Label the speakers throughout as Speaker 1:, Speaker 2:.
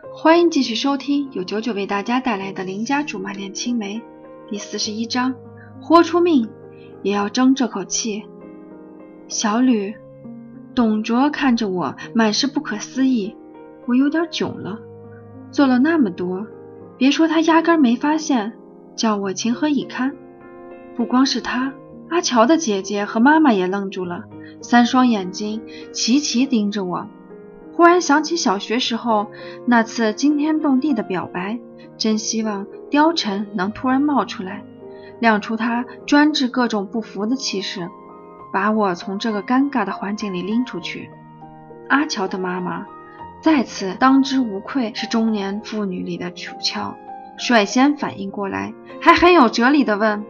Speaker 1: 欢迎继续收听由九九为大家带来的邻家竹马恋青梅第41章，豁出命也要争这口气。小吕，董卓看着我满是不可思议，我有点囧了。做了那么多，别说他压根没发现，叫我情何以堪。不光是他，阿乔的姐姐和妈妈也愣住了，三双眼睛齐齐盯着我。忽然想起小学时候那次惊天动地的表白，真希望貂蝉能突然冒出来，亮出他专治各种不服的气势，把我从这个尴尬的环境里拎出去。阿乔的妈妈再次当之无愧是中年妇女里的楚乔，率先反应过来，还很有哲理地问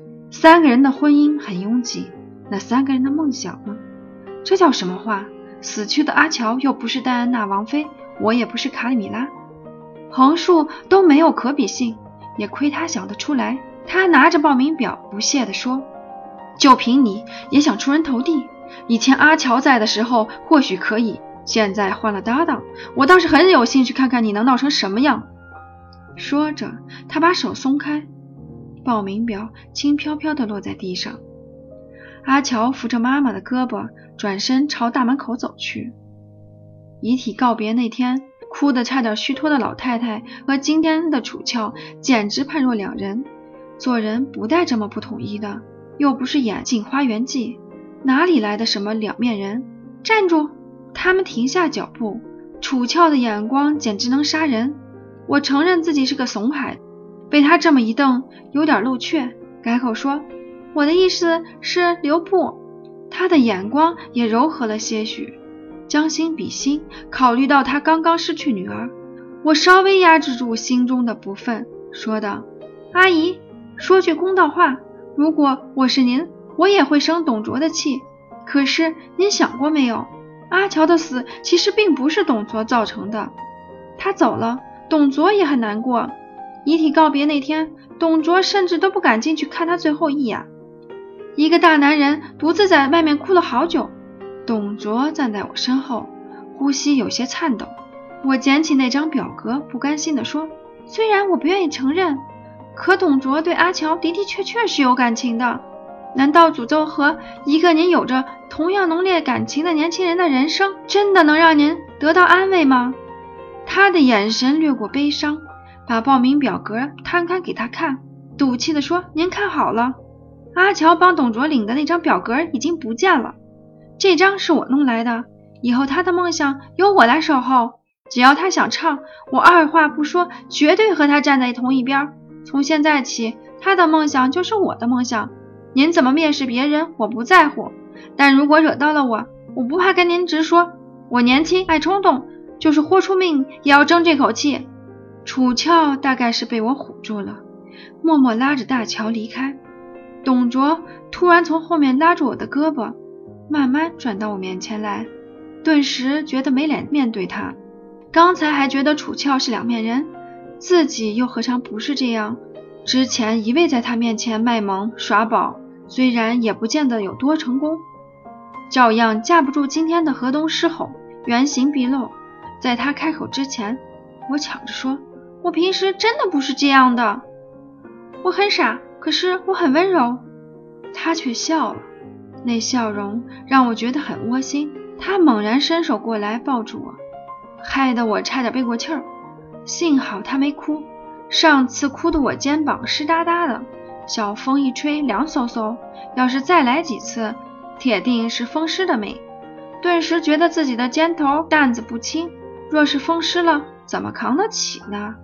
Speaker 1: ：3个人的婚姻很拥挤，那3个人的梦想呢？这叫什么话？死去的阿乔又不是戴安娜王妃，我也不是卡里米拉，横竖都没有可比性，也亏他想得出来。他拿着报名表不屑地说：就凭你也想出人头地？以前阿乔在的时候或许可以，现在换了搭档，我倒是很有兴趣看看你能闹成什么样。说着他把手松开，报名表轻飘飘地落在地上。阿乔扶着妈妈的胳膊，转身朝大门口走去。遗体告别那天，哭得差点虚脱的老太太和今天的楚乔简直判若两人。做人不带这么不统一的，又不是演《镜花缘记》，哪里来的什么两面人？站住！他们停下脚步，楚乔的眼光简直能杀人。我承认自己是个怂孩，被他这么一瞪，有点露怯，改口说：我的意思是留步。他的眼光也柔和了些许，将心比心，考虑到他刚刚失去女儿，我稍微压制住心中的不忿，说道：阿姨，说句公道话，如果我是您，我也会生董卓的气。可是您想过没有，阿乔的死其实并不是董卓造成的，他走了，董卓也很难过。遗体告别那天，董卓甚至都不敢进去看他最后一眼，一个大男人独自在外面哭了好久。董卓站在我身后，呼吸有些颤抖。我捡起那张表格，不甘心地说：虽然我不愿意承认，可董卓对阿乔的的确确是有感情的。难道诅咒和一个您有着同样浓烈感情的年轻人的人生，真的能让您得到安慰吗？他的眼神掠过悲伤，把报名表格摊开给他看，赌气地说：您看好了，阿乔帮董卓领的那张表格已经不见了，这张是我弄来的，以后他的梦想由我来守候，只要他想唱，我二话不说，绝对和他站在同一边。从现在起，他的梦想就是我的梦想，您怎么蔑视别人我不在乎，但如果惹到了我不怕跟您直说，我年轻爱冲动，就是豁出命也要争这口气。楚乔大概是被我唬住了，默默拉着大乔离开。董卓突然从后面拉住我的胳膊，慢慢转到我面前来，顿时觉得没脸面对他。刚才还觉得楚乔是两面人，自己又何尝不是这样？之前一味在他面前卖萌耍宝，虽然也不见得有多成功，照样架不住今天的河东狮吼，原形毕露。在他开口之前，我抢着说：我平时真的不是这样的，我很傻，可是我很温柔。他却笑了，那笑容让我觉得很窝心。他猛然伸手过来抱住我，害得我差点背过气儿。幸好他没哭，上次哭得我肩膀湿哒哒的，小风一吹凉飕飕，要是再来几次，铁定是风湿的美。顿时觉得自己的肩头担子不轻，若是风湿了，怎么扛得起呢？